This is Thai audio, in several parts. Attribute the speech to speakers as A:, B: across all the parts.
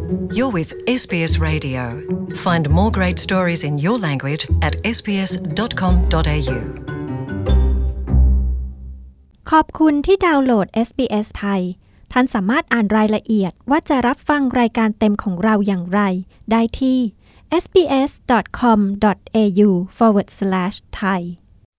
A: You're with SBS Radio. Find more great stories in your language at sbs.com.au.
B: ขอบคุณที่ดาวน์โหลด SBS ไทยท่านสามารถอ่านรายละเอียดว่าจะรับฟังรายการเต็มของเราอย่างไรได้ที่ sbs.com.au/thai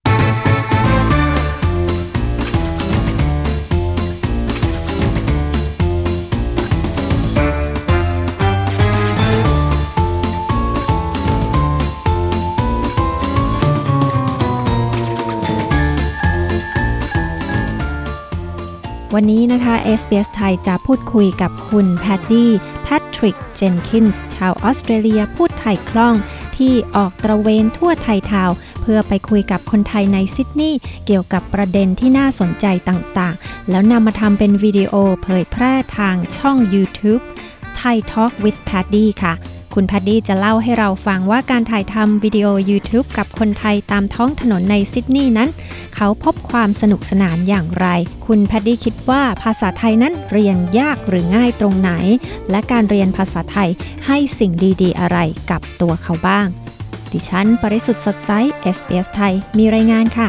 B: วันนี้นะคะ SBS ไทยจะพูดคุยกับคุณแพดดี้แพทริกเจนคินส์ชาวออสเตรเลียพูดไทยคล่องที่ออกตระเวนทั่วไทยทาวน์เพื่อไปคุยกับคนไทยในซิดนีย์เกี่ยวกับประเด็นที่น่าสนใจต่างๆแล้วนำมาทำเป็นวิดีโอเผยแพร่ทางช่อง YouTube Thai Talk with Paddy ค่ะคุณแพดดี้จะเล่าให้เราฟังว่าการถ่ายทำวิดีโอ YouTube กับคนไทยตามท้องถนนในซิดนีย์นั้นเขาพบความสนุกสนานอย่างไรคุณแพดดี้คิดว่าภาษาไทยนั้นเรียนยากหรือง่ายตรงไหนและการเรียนภาษาไทยให้สิ่งดีๆอะไรกับตัวเขาบ้างดิฉันปริสุทธิ์สดใส SBS ไทยมีรายงานค่ะ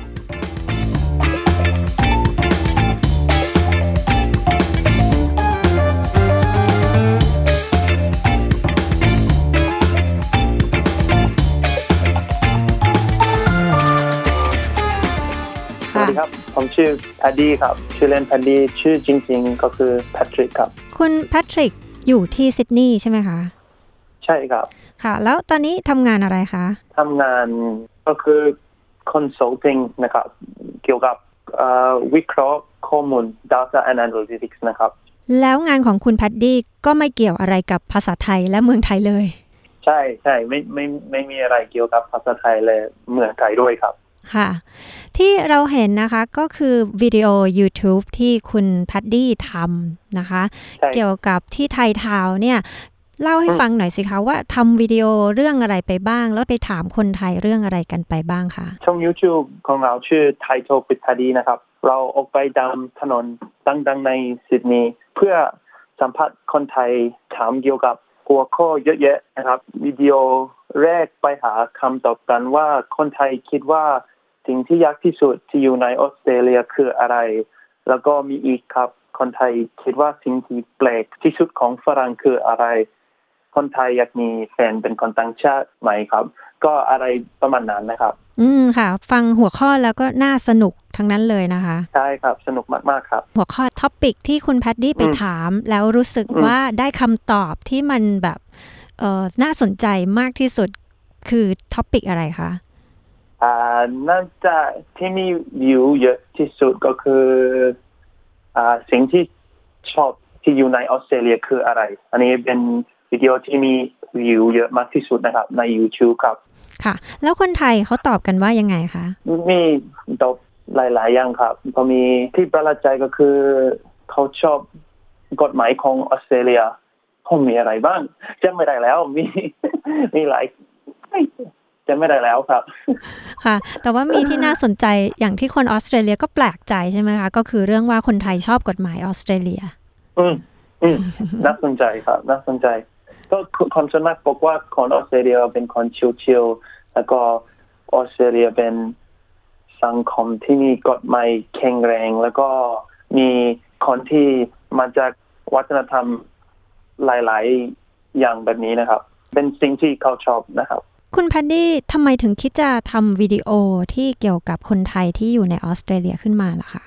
C: สวัสดีครับผมชื่อแพดดี้ครับชื่อเล่นแพดดี้ชื่อจริงๆก็คือแพทริกครับ
B: คุณแพทริกอยู่ที่ซิดนีย์ใช่ไหมคะ
C: ใช่ครับ
B: ค่ะแล้วตอนนี้ทำงานอะไรคะ
C: ทำงานก็คือ consulting นะครับเกี่ยวกับวิเคราะห์ข้อมูล data and analytics นะครับ
B: แล้วงานของคุณแพดดี้ก็ไม่เกี่ยวอะไรกับภาษาไทยและเมืองไทยเลย
C: ใช่ไม่มีอะไรเกี่ยวกับภาษาไทยและเมืองไทยด้วยครับ
B: ค่ะที่เราเห็นนะคะก็คือวิดีโอ YouTube ที่คุณแพดดี้ทำนะคะเกี่ยวกับที่ไทยทาวน์เนี่ยเล่าให้ฟังหน่อยสิคะว่าทำวิดีโอเรื่องอะไรไปบ้างแล้วไปถามคนไทยเรื่องอะไรกันไปบ้างคะ
C: ช่อง YouTube ของเราชื่อ Thai Talk with Paddy นะครับเราออกไปตามถนนดังๆในซิดนีย์เพื่อสัมภาษณ์คนไทยถามเกี่ยวกับหัวข้อเยอะแยะนะครับวิดีโอแรกไปหาคำตอบกันว่าคนไทยคิดว่าสิ่งที่ยากที่สุดที่อยู่ในออสเตรเลียคืออะไรแล้วก็มีอีกครับคนไทยคิดว่าสิ่งที่แปลกที่สุดของฝรั่งคืออะไรคนไทยอยากมีแฟนเป็นคนต่างชาติไหมครับก็อะไรประมาณนั้นนะครับ
B: ค่ะฟังหัวข้อแล้วก็น่าสนุกทั้งนั้นเลยนะคะ
C: ใช่ครับสนุกมากๆครับ
B: หัวข้อท็อปิกที่คุณแพดดี้ไปถามแล้วรู้สึกว่าได้คำตอบที่มันแบบน่าสนใจมากที่สุดคือท็อปิกอะไรคะ
C: น่าจะที่มีวิวเยอะที่สุดก็คือสิ่งที่ชอบที่อยู่ในออสเตรเลียคืออะไรอันนี้เป็นวิดีโอที่มีวิวเยอะมากที่สุดนะครับใน YouTube ครับ
B: ค่ะแล้วคนไทยเขาตอบกันว่ายังไงคะ
C: มีตอบหลายๆอย่างครับพอมีที่ประหลาดใจก็คือเขาชอบกฎหมายของออสเตรเลียคงมีอะไรบ้างจำไม่ได้แล้วมีหลายจะไม่ได้แล้วครับ
B: ค่ะแต่ว่ามีที่น่าสนใจอย่างที่คนออสเตรเลียก็แปลกใจใช่ไหมคะก็คือเรื่องว่าคนไทยชอบกฎหมายออสเตรเลีย
C: น่าสนใจครับน่าสนใจก็คนส่วนมากบอกว่าคนออสเตรเลียเป็นคนชิลๆแล้วก็ออสเตรเลียเป็นสังคมที่มีกฎหมายแข็งแรงแล้วก็มีคนที่มาจากวัฒนธรรมหลายๆอย่างแบบนี้นะครับเป็นสิ่งที่เขาชอบนะครับ
B: คุณแพดดี้ทำไมถึงคิดจะทำวิดีโอที่เกี่ยวกับคนไทยที่อยู่ในออสเตรเลียขึ้นมาล่ะคะ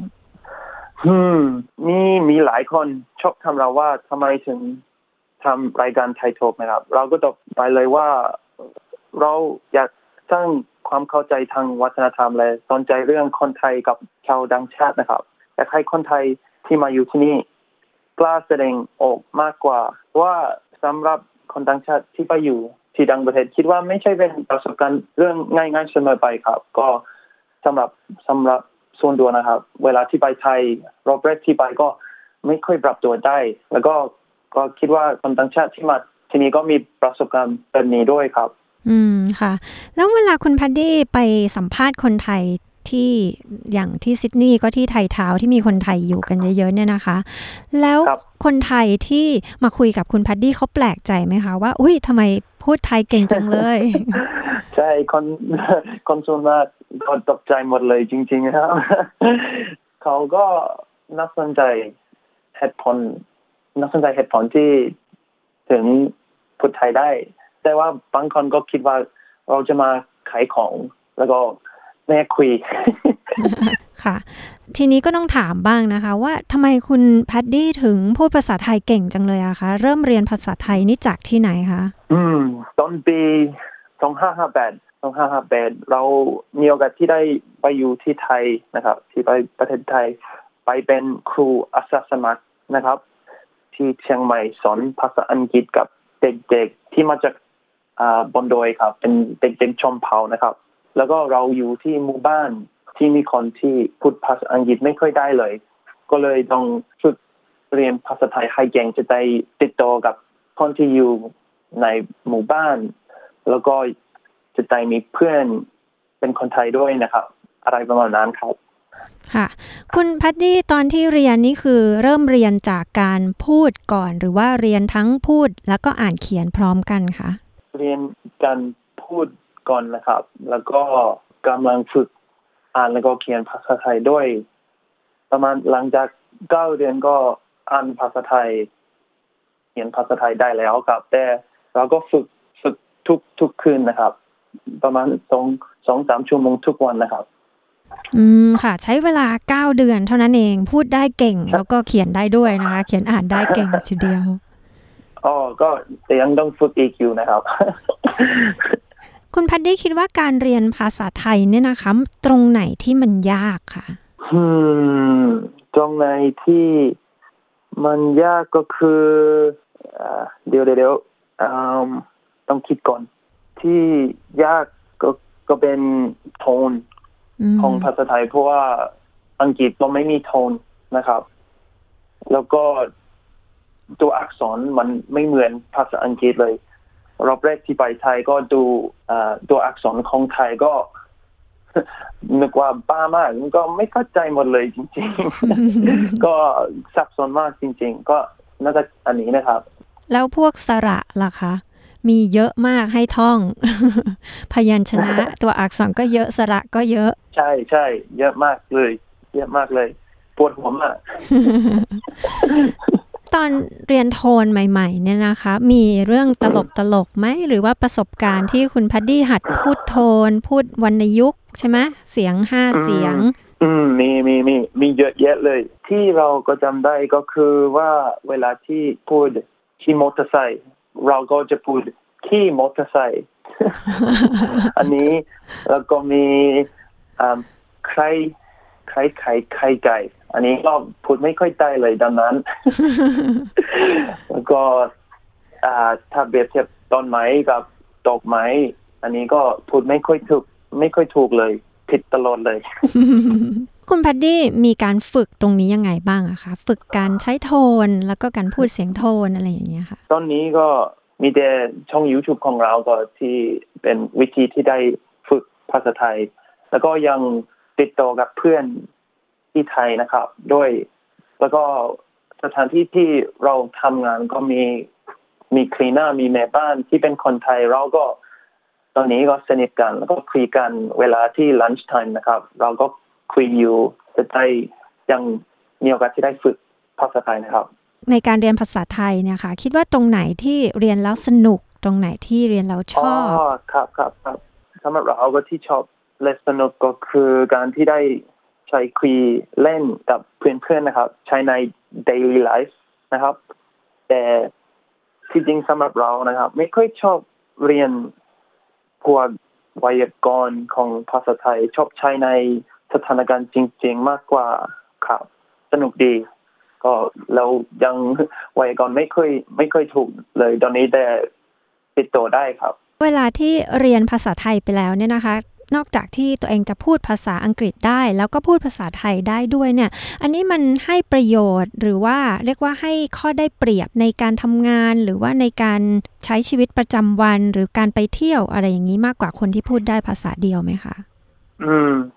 C: มีหลายคนชอบถามเราว่าทำไมถึงทำรายการไทยทอล์กนะครับเราก็ตอบไปเลยว่าเราอยากสร้างความเข้าใจทางวัฒนธรรมและสนใจเรื่องคนไทยกับชาวต่างชาตินะครับอยากให้คนไทยที่มาอยู่ที่นี่กล้าแสดงออกมากกว่าว่าสำหรับคนต่างชาติที่ไปอยู่ที่ต่างประเทศคิดว่าไม่ใช่เป็นประสบการณ์เรื่องง่ายๆเสมอไปครับก็สำหรับส่วนตัวนะครับเวลาที่ไปไทยรอบแรกที่ไปก็ไม่ค่อยปรับตัวได้แล้วก็คิดว่าคนต่างชาติที่มาที่นี่ก็มีประสบการณ์แบบนี้ด้วยครับ
B: ค่ะแล้วเวลาคุณแพดดี้ไปสัมภาษณ์คนไทยที่อย่างที่ซิดนีย์ก็ที่ไทยทาวน์ที่มีคนไทยอยู่กันเยอะๆเนี่ยนะคะแล้วคนไทยที่มาคุยกับคุณแพดดี้เขาแปลกใจไหมคะว่าอุ้ยทำไมพูดไทยเก่งจังเลย
C: ใช่คนส่วนมากก็ตกใจหมดเลยจริงๆครับ เขาก็น่าสนใจเหตุผลที่ถึงพูดไทยได้แต่ว่าบางคนก็คิดว่าเราจะมาขายของแล้วก็ไม่คุย
B: ค่ะทีนี้ก็ต้องถามบ้างนะคะว่าทำไมคุณแพดดี้ถึงพูดภาษาไทยเก่งจังเลยอะคะเริ่มเรียนภาษาไทยนี่จากที่ไหนคะ
C: ต้นปี2558เรามีโอกาสที่ได้ไปอยู่ที่ไทยนะครับที่ไปประเทศไทยไปเป็นครูอาสาสมัครนะครับที่เชียงใหม่สอนภาษาอังกฤษกับเด็กๆที่มาจากบนดอยครับเป็นเด็กๆชนเผ่านะครับแล้วก็เราอยู่ที่หมู่บ้านที่มีคนที่พูดภาษาอังกฤษไม่ค่อยได้เลยก็เลยต้องฝึกเรียนภาษาไทยให้เก่งจะได้ติดต่อกับคนที่อยู่ในหมู่บ้านแล้วก็จะได้มีเพื่อนเป็นคนไทยด้วยนะครับอะไรประมาณนั้นครับ
B: ค่ะคุณแพดดี้ตอนที่เรียนนี่คือเริ่มเรียนจากการพูดก่อนหรือว่าเรียนทั้งพูดแล้วก็อ่านเขียนพร้อมกันคะ
C: เรียนการพูดก่อนนะครับแล้วก็กำลังฝึกอ่านแล้วก็เขียนภาษาไทยด้วยประมาณหลังจาก9 เดือนก็อ่านภาษาไทยเขียนภาษาไทยได้แล้วครับแต่เราก็ฝึกทุกคืนนะครับประมาณ2-3 ชั่วโมงทุกวันนะครับ
B: ค่ะใช้เวลา9 เดือนเท่านั้นเองพูดได้เก่งแล้วก็เขียนได้ด้วยนะคะเขียนอ่านได้เก่งทีเดียว
C: ก็แต่ยังต้องฝึกอีกอยู่นะครับ
B: คุณแพดดี้คิดว่าการเรียนภาษาไทยเนี่ยนะคะตรงไหนที่มันยากค่ะ
C: ตรงไหนที่มันยากก็คือเดี๋ยวต้องคิดก่อนที่ยากก็เป็นโทนของภาษาไทยเพราะว่าอังกฤษเราไม่มีโทนนะครับแล้วก็ตัวอักษรมันไม่เหมือนภาษาอังกฤษเลยรอบแรกที่ไปไทยก็ดูตัวอักษรของไทยก็ นึกว่าบ้ามากก็ไม่เข้าใจหมดเลยจริงๆ ก็สับสนมากจริงๆก็น่าจะอันนี้นะครับ
B: แล้วพวกสระล่ะคะมีเยอะมากให้ท่อง พยัญชนะ ตัวอักษรก็เยอะสระก็เยอะ
C: ใช่เยอะมากเลยปวดหัวมาก
B: ตอนเรียนโทนใหม่ๆเนี่ยนะคะมีเรื่องตลกไหมหรือว่าประสบการณ์ที่คุณแพดดี้หัดพูดโทนพูดวรรณยุกต์ใช่ไหมเสียง5 เสียง
C: มีเยอะแยะเลยที่เราก็จำได้ก็คือว่าเวลาที่พูดขี่มอเตอร์ไซค์เราก็จะพูดขี่มอเตอร์ไซค์ อันนี้แล้วก็มีใครไก่อันนี้ก็พูดไม่ค่อยได้เลยดังนั้น แล้วก็ถ้าเปรียบเทียบต้นไม้กับดอกไม้อันนี้ก็พูดไม่ค่อยถูกเลยผิดตลอดเลย
B: คุณแพดดี้มีการฝึกตรงนี้ยังไงบ้างอะคะฝึกการใช้โทนแล้วก็การพูดเสียงโทนอะไรอย่างเงี้ยค่ะ
C: ตอนนี้ก็มีแต่ช่อง YouTube ของเราก็ที่เป็นวิธีที่ได้ฝึกภาษาไทยแล้วก็ยังติดต่อกับเพื่อนที่ไทยนะครับด้วยแล้วก็สถานที่ที่เราทำงานก็มีคลีนเนอร์มีแม่บ้านที่เป็นคนไทยเราก็ตอนนี้ก็สนิทกันแล้วก็คุยกันเวลาที่ lunch time นะครับเราก็คุยอยู่จะได้ยังมีโอกาสที่ได้ฝึกภาษาไทยนะครับ
B: ในการเรียนภาษาไทยเนี่ยค่ะคิดว่าตรงไหนที่เรียนแล้วสนุกตรงไหนที่เรียนแล้วชอบ
C: ครับสำหรับเราก็ที่ชอบและสนุกก็คือการที่ได้ใช้คุยเล่นกับเพื่อนๆนะครับใช้ใน daily life นะครับแต่ที่จริงสำหรับเรานะครับไม่ค่อยชอบเรียนพวกไวยากรณ์ของภาษาไทยชอบใช้ในสถานการณ์จริงๆมากกว่าครับสนุกดีก็เรายังไวยากรณ์ไม่ค่อยถูกเลยตอนนี้แต่ติดต่อได้ครับ
B: เวลาที่เรียนภาษาไทยไปแล้วเนี่ยนะคะนอกจากที่ตัวเองจะพูดภาษาอังกฤษได้แล้วก็พูดภาษาไทยได้ด้วยเนี่ยอันนี้มันให้ประโยชน์หรือว่าเรียกว่าให้ข้อได้เปรียบในการทำงานหรือว่าในการใช้ชีวิตประจำวันหรือการไปเที่ยวอะไรอย่างนี้มากกว่าคนที่พูดได้ภาษาเดียวไหมคะ
C: ท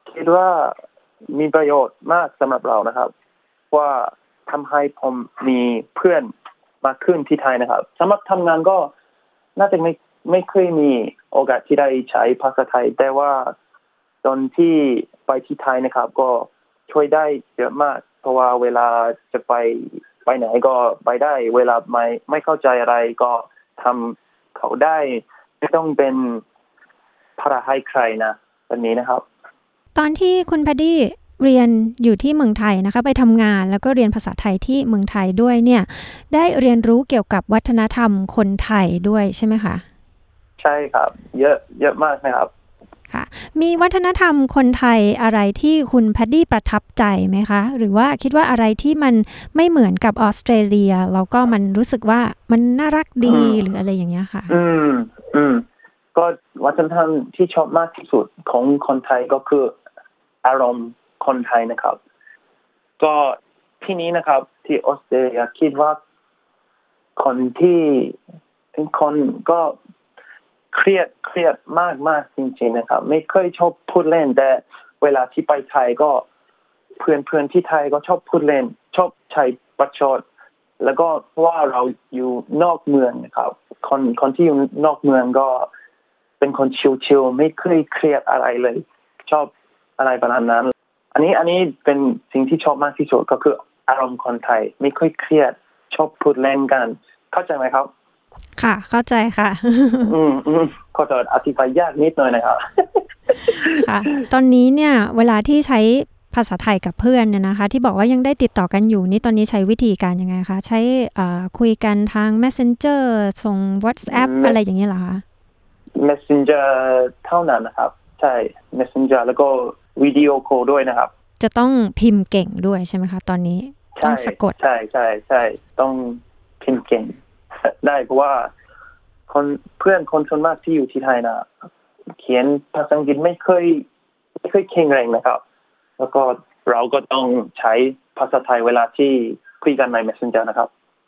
C: คิดว่ามีประโยชน์มากสำหรับเรานะครับว่าทำให้ผมมีเพื่อนมากขึ้นที่ไทยนะครับสำหรับทำงานก็น่าจะไม่เคยมีโอกาสที่ได้ใช้ภาษาไทยแต่ว่าตอนที่ไปที่ไทยนะครับก็ช่วยได้เยอะมากเพราะว่าเวลาจะไปไหนก็ไปได้เวลาไม่เข้าใจอะไรก็ทำเขาได้ไม่ต้องเป็นภาระให้ใครนะแบบนี้นะครับ
B: ตอนที่คุณแพดดี้เรียนอยู่ที่เมืองไทยนะคะไปทำงานแล้วก็เรียนภาษาไทยที่เมืองไทยด้วยเนี่ยได้เรียนรู้เกี่ยวกับวัฒนธรรมคนไทยด้วยใช่ไหมคะ
C: ใช่ครับเยอะมากนะครับ
B: ค่ะมีวัฒนธรรมคนไทยอะไรที่คุณแพดดี้ประทับใจไหมคะหรือว่าคิดว่าอะไรที่มันไม่เหมือนกับออสเตรเลียแล้วก็มันรู้สึกว่ามันน่ารักดีหรืออะไรอย่างเงี้ยค่ะ
C: ก็วัฒนธรรมที่ชอบมากที่สุดของคนไทยก็คืออารมณ์คนไทยนะครับก็ที่นี้นะครับที่ออสเตรเลียคิดว่าคนที่เป็นคนก็เครียดมากจริงๆนะครับไม่เคยชอบพูดเล่นแต่เวลาที่ไปไทยก็เพื่อนที่ไทยก็ชอบพูดเล่นชอบใช้ประชดแล้วก็ว่าเราอยู่นอกเมืองนะครับคนที่อยู่นอกเมืองก็เป็นคนชิลๆไม่เคยเครียดอะไรเลยชอบอะไรประมาณนั้นอันนี้เป็นสิ่งที่ชอบมากที่สุดก็คืออารมณ์คนไทยไม่ค่อยเครียดชอบพูดเล่นกันเข้าใจไหมครับ
B: ค่ะเข้าใจค่ะ
C: ขอโทษอธิบายยากนิดหน่อยนะครับ
B: ค่ะตอนนี้เนี่ยเวลาที่ใช้ภาษาไทยกับเพื่อนเนี่ยนะคะที่บอกว่ายังได้ติดต่อกันอยู่นี่ตอนนี้ใช้วิธีการยังไงคะใช้คุยกันทาง Messenger ส่ง WhatsApp อะไรอย่างเงี้ยเหรอคะ
C: Messenger เท่านั้นนะครับใช่ Messenger แล้วก็วิดีโอคอลด้วยนะครับ
B: จะต้องพิมพ์เก่งด้วยใช่ไหมคะตอนนี้ต้องสะกด
C: ใช่ต้องพิมพ์เก่งได้เพราะว่าเพื่อนคนส่วนมากที่อยู่ที่ไทยนะเขียนภาษาอังกฤษไม่เคยแข็งแรงนะครับแล้วก็เราก็ต้องใช้ภาษาไทยเวลาที่คุยกันใน Messenger นะครับ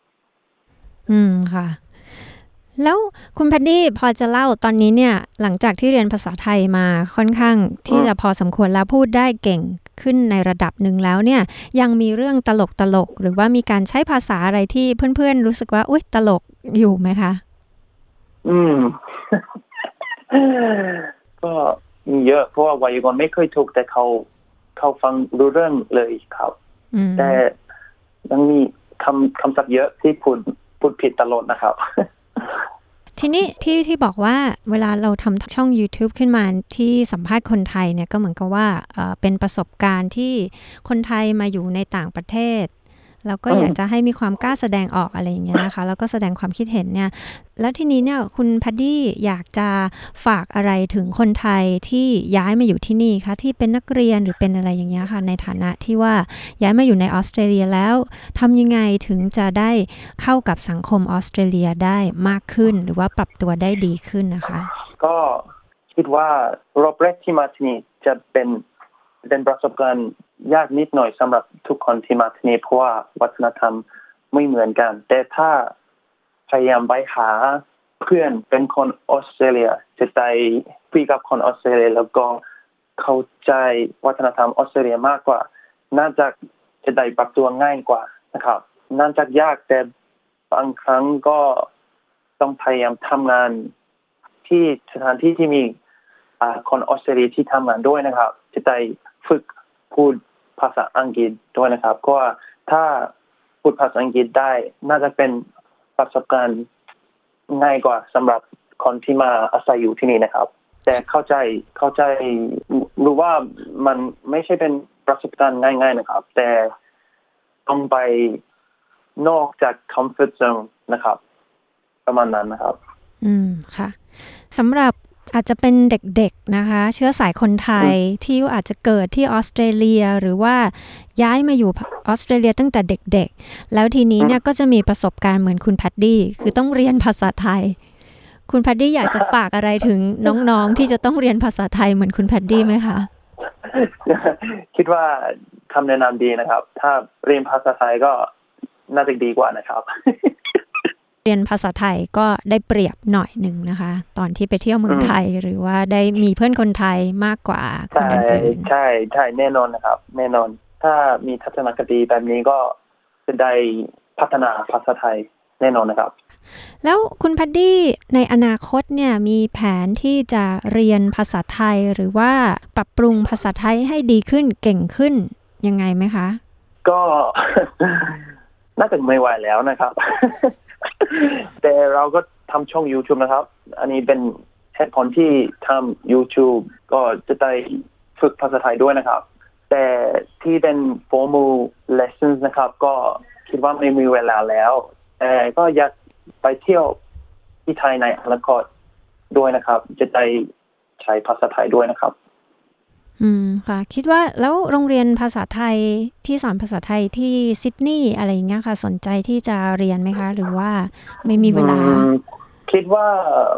B: ค่ะแล้วคุณแพดดี้พอจะเล่าตอนนี้เนี่ยหลังจากที่เรียนภาษาไทยมาค่อนข้างที่จะพอสมควรแล้วพูดได้เก่งขึ้นในระดับหนึ่งแล้วเนี่ยยังมีเรื่องตลกหรือว่ามีการใช้ภาษาอะไรที่เพื่อนๆรู้สึกว่าอุ๊ยตลกอยู่ไหมคะ
C: ก็มีเยอะเพราะว่าไวยากรณ์ไม่เคยถูกแต่เขาฟังรู้เรื่องเลยครับแต่ยังมีคำศัพท์เยอะที่พูดผิดตลอดนะครับ
B: ทีนี้ที่บอกว่าเวลาเราทำช่อง YouTube ขึ้นมาที่สัมภาษณ์คนไทยเนี่ยก็เหมือนกับว่าเป็นประสบการณ์ที่คนไทยมาอยู่ในต่างประเทศแล้วก็อยากจะให้มีความกล้าแสดงออกอะไรอย่างเงี้ยนะคะแล้วก็แสดงความคิดเห็นเนี่ยแล้วทีนี้เนี่ยคุณแพดดี้อยากจะฝากอะไรถึงคนไทยที่ย้ายมาอยู่ที่นี่คะที่เป็นนักเรียนหรือเป็นอะไรอย่างเงี้ยค่ะในฐานะที่ว่าย้ายมาอยู่ในออสเตรเลียแล้วทำยังไงถึงจะได้เข้ากับสังคมออสเตรเลียได้มากขึ้นหรือว่าปรับตัวได้ดีขึ้นนะคะ
C: ก็คิดว่ารอบแรกที่มาที่นี่จะเป็นประสบการณ์ยากนิดหน่อยสำหรับทุกคนที่มาที่นี่เพราะว่าวัฒนธรรมไม่เหมือนกันแต่ถ้าพยายามไปหาเพื่อนเป็นคนออสเตรเลียจะได้คุยกับคนออสเตรเลียแล้วก็เข้าใจวัฒนธรรมออสเตรเลียมากกว่าน่าจะได้ปรับตัวง่ายกว่านะครับน่าจะยากแต่บางครั้งก็ต้องพยายามทำงานที่สถานที่ที่มีคนออสเตรเลียที่ทำงานด้วยนะครับจะได้ฝึกพูดภาษาอังกฤษด้วยนะครับเพราะว่าถ้าพูดภาษาอังกฤษได้น่าจะเป็นประสบการณ์ง่ายกว่าสำหรับคนที่มาอาศัยอยู่ที่นี่นะครับแต่เข้าใจรู้ว่ามันไม่ใช่เป็นประสบการณ์ง่ายๆนะครับแต่ต้องไปนอกจากคอมฟอร์ตโซนนะครับประมาณนั้นนะครับ
B: ค่ะสำหรับอาจจะเป็นเด็กๆนะคะเชื้อสายคนไทยที่อาจจะเกิดที่ออสเตรเลียหรือว่าย้ายมาอยู่ออสเตรเลียตั้งแต่เด็กๆแล้วทีนี้เนี่ยก็จะมีประสบการณ์เหมือนคุณแพดดี้คือต้องเรียนภาษาไทยคุณแพดดี้อยากจะฝากอะไรถึงน้องๆที่จะต้องเรียนภาษาไทยเหมือนคุณแพดดี้ไหมคะ
C: คิดว่าคำแนะนำดีนะครับถ้าเรียนภาษาไทยก็น่าจะดีกว่านะครับ
B: เรียนภาษาไทยก็ได้เปรียบหน่อยนึงนะคะตอนที่ไปเที่ยวเมืองไทยหรือว่าได้มีเพื่อนคนไทยมากกว่าคนอื่นๆ
C: ใช่แน่นอนนะครับแน่นอนถ้ามีทัศนคติแบบนี้ก็จะได้พัฒนาภาษาไทยแน่นอนนะครับ
B: แล้วคุณแพดดี้ในอนาคตเนี่ยมีแผนที่จะเรียนภาษาไทยหรือว่าปรับปรุงภาษาไทยให้ดีขึ้นเก่งขึ้นยังไงไหมคะ
C: ก็ น่าจะไม่ไหวแล้วนะครับ แต่เราก็ทำช่อง YouTube นะครับอันนี้เป็นเหตุผลที่ทำ YouTube ก็จะได้ฝึกภาษาไทยด้วยนะครับแต่ที่เป็น formal lessons นะครับก็คิดว่าไม่มีเวลาแล้วแต่ก็อยากไปเที่ยวที่ไทยในอนาคตด้วยนะครับจะได้ใช้ภาษาไทยด้วยนะครับ
B: ค่ะคิดว่าแล้วโรงเรียนภาษาไทยที่สอนภาษาไทยที่ซิดนีย์อะไรอย่างเงี้ยค่ะสนใจที่จะเรียนไหมคะหรือว่าไม่มีเวลา
C: คิดว่า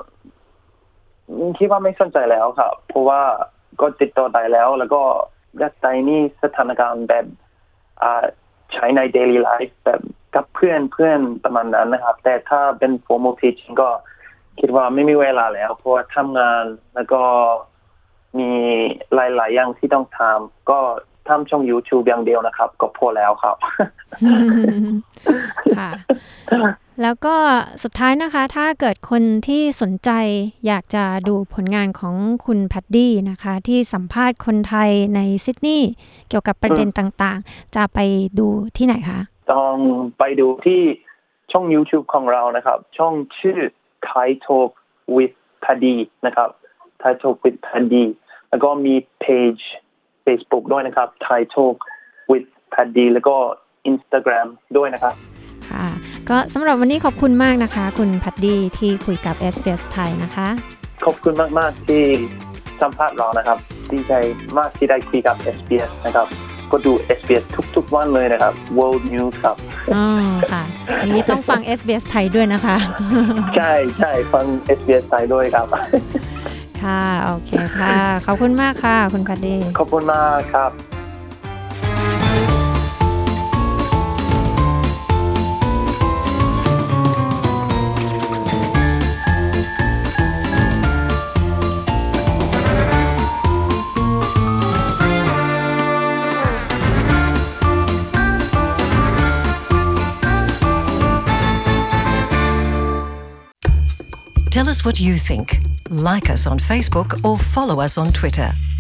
C: ไม่สนใจแล้วครับเพราะว่าก็ติดต่อได้แล้วก็อยากใจนี่สถานการณ์แบบใช้ใน daily life แบบกับเพื่อนประมาณนั้นนะครับแต่ถ้าเป็น formal teaching ก็คิดว่าไม่มีเวลาแล้วเพราะว่าทำงานแล้วก็มีหลายๆอย่างที่ต้องทำก็ทำช่อง YouTube อย่างเดียวนะครับก็พอแล้วครับ
B: ค่ะแล้วก็สุดท้ายนะคะถ้าเกิดคนที่สนใจอยากจะดูผลงานของคุณแพดดี้นะคะที่สัมภาษณ์คนไทยในซิดนีย์เกี่ยวกับประเด็นต่างๆจะไปดูที่ไหนคะ
C: ต้องไปดูที่ช่อง YouTube ของเรานะครับช่องชื่อ Thai Talk with Paddy นะครับ Thai Talk with Paddy แล้วก็มีเพจ Facebook ด้วยนะครับ Thai Talk with Paddy แล้วก็ Instagram ด้วยนะครับ
B: ค่ะก็สำหรับวันนี้ขอบคุณมากนะคะคุณแพดดี้ที่คุยกับ SBS ไทยนะคะ
C: ขอบคุณมากๆที่สัมภาษณ์เรานะครับดีใจมากที่ได้คุยกับ SBS นะครับก็ดู SBS ทุกๆวันเลยนะครับ World News ครับ
B: ค่ะอันนี้ต้องฟัง SBS ไทยด้วยนะคะ
C: ใช่ฟัง SBS ไทยด้วยครับ
B: ค่ะโอเคค่ะขอบคุณมากค่ะคุณแพดดี้
C: ขอบคุณมากครับ
A: Tell us what you think. Like us on Facebook or follow us on Twitter.